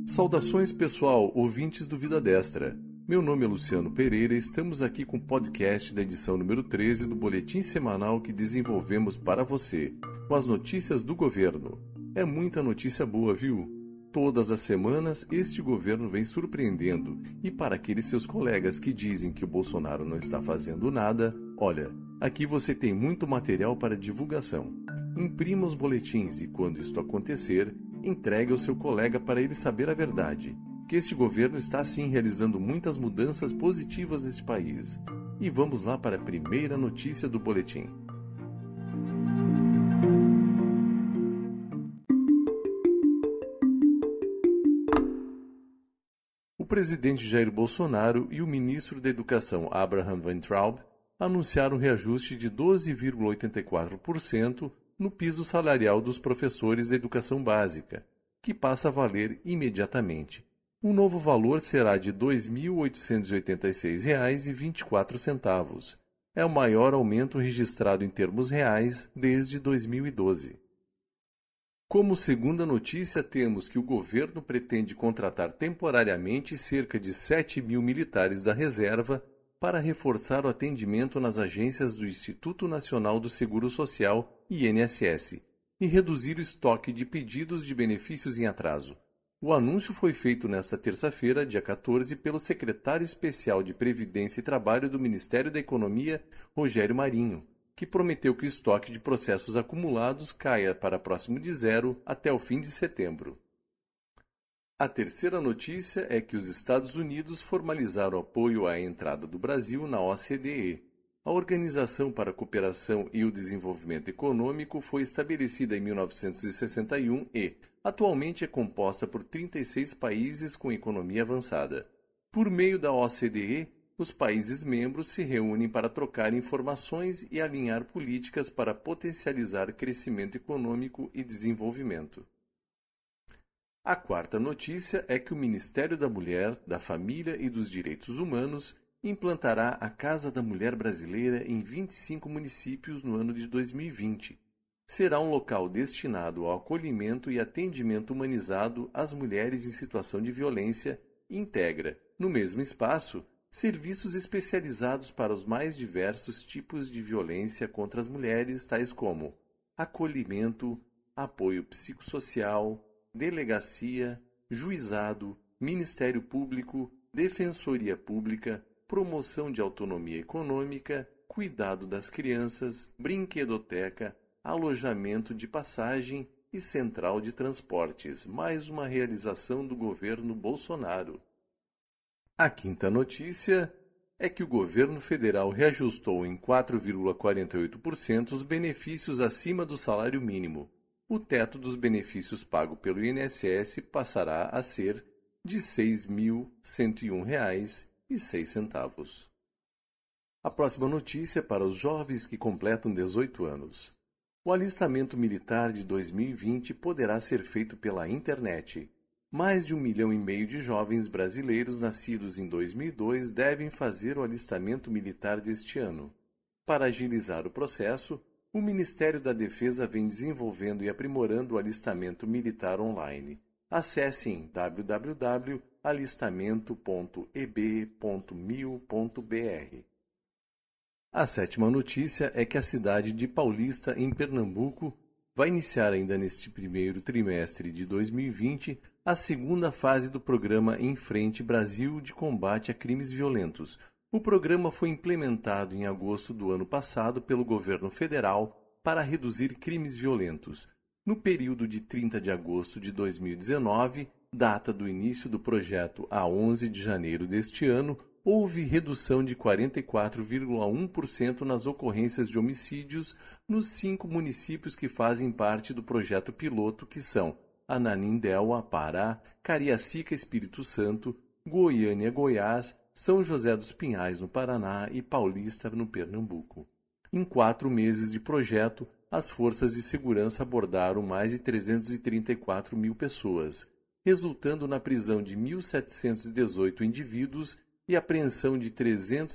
Saudações pessoal, ouvintes do Vida Destra. Meu nome é Luciano Pereira e estamos aqui com o podcast da edição número 13 do boletim semanal que desenvolvemos para você, com as notícias do governo. É muita notícia boa, viu? Todas as semanas este governo vem surpreendendo e para aqueles seus colegas que dizem que o Bolsonaro não está fazendo nada, olha, aqui você tem muito material para divulgação. Imprima os boletins e quando isto acontecer, entregue ao seu colega para ele saber a verdade, que este governo está sim realizando muitas mudanças positivas nesse país. E vamos lá para a primeira notícia do boletim. O presidente Jair Bolsonaro e o ministro da Educação Abraham Weintraub anunciaram um reajuste de 12,84% no piso salarial dos professores da educação básica, que passa a valer imediatamente. O novo valor será de R$ 2.886,24. É o maior aumento registrado em termos reais desde 2012. Como segunda notícia, temos que o governo pretende contratar temporariamente cerca de 7 mil militares da reserva para reforçar o atendimento nas agências do Instituto Nacional do Seguro Social, INSS, e reduzir o estoque de pedidos de benefícios em atraso. O anúncio foi feito nesta terça-feira, dia 14, pelo secretário especial de Previdência e Trabalho do Ministério da Economia, Rogério Marinho, que prometeu que o estoque de processos acumulados caia para próximo de zero até o fim de setembro. A terceira notícia é que os Estados Unidos formalizaram apoio à entrada do Brasil na OCDE. A Organização para a Cooperação e o Desenvolvimento Econômico foi estabelecida em 1961 e, atualmente, é composta por 36 países com economia avançada. Por meio da OCDE, os países membros se reúnem para trocar informações e alinhar políticas para potencializar crescimento econômico e desenvolvimento. A quarta notícia é que o Ministério da Mulher, da Família e dos Direitos Humanos implantará a Casa da Mulher Brasileira em 25 municípios no ano de 2020. Será um local destinado ao acolhimento e atendimento humanizado às mulheres em situação de violência e integra, no mesmo espaço, serviços especializados para os mais diversos tipos de violência contra as mulheres, tais como acolhimento, apoio psicossocial, delegacia, juizado, Ministério Público, Defensoria Pública, promoção de autonomia econômica, cuidado das crianças, brinquedoteca, alojamento de passagem e central de transportes, mais uma realização do governo Bolsonaro. A quinta notícia é que o governo federal reajustou em 4,48% os benefícios acima do salário mínimo. O teto dos benefícios pago pelo INSS passará a ser de R$ 6.101,06. A próxima notícia é para os jovens que completam 18 anos. O alistamento militar de 2020 poderá ser feito pela internet. Mais de 1,5 milhão de jovens brasileiros nascidos em 2002 devem fazer o alistamento militar deste ano. Para agilizar o processo, o Ministério da Defesa vem desenvolvendo e aprimorando o alistamento militar online. Acesse em www.alistamento.eb.mil.br. A sétima notícia é que a cidade de Paulista, em Pernambuco, vai iniciar ainda neste primeiro trimestre de 2020 a segunda fase do programa Em Frente Brasil de combate a crimes violentos. O programa foi implementado em agosto do ano passado pelo governo federal para reduzir crimes violentos. No período de 30 de agosto de 2019, data do início do projeto, a 11 de janeiro deste ano, houve redução de 44,1% nas ocorrências de homicídios nos 5 municípios que fazem parte do projeto piloto, que são Ananindeua, Pará, Cariacica, Espírito Santo, Goiânia, Goiás, São José dos Pinhais, no Paraná, e Paulista, no Pernambuco. Em 4 meses de projeto, as forças de segurança abordaram mais de 334 mil pessoas, resultando na prisão de 1.718 indivíduos e apreensão de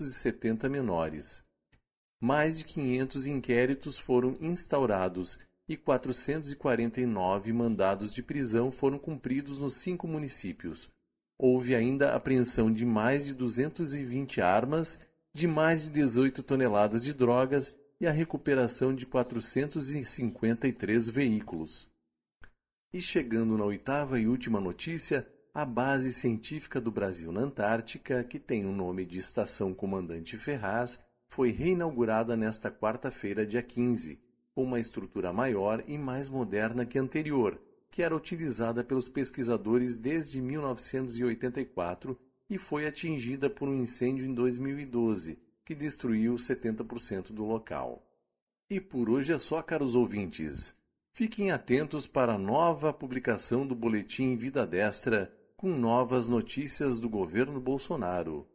370 menores. Mais de 500 inquéritos foram instaurados e 449 mandados de prisão foram cumpridos nos 5 municípios. Houve ainda a apreensão de mais de 220 armas, de mais de 18 toneladas de drogas e a recuperação de 453 veículos. E chegando na 8ª e última notícia, a Base Científica do Brasil na Antártica, que tem o nome de Estação Comandante Ferraz, foi reinaugurada nesta quarta-feira, dia 15, com uma estrutura maior e mais moderna que a anterior, que era utilizada pelos pesquisadores desde 1984 e foi atingida por um incêndio em 2012, que destruiu 70% do local. E por hoje é só, caros ouvintes. Fiquem atentos para a nova publicação do Boletim Vida Destra, com novas notícias do governo Bolsonaro.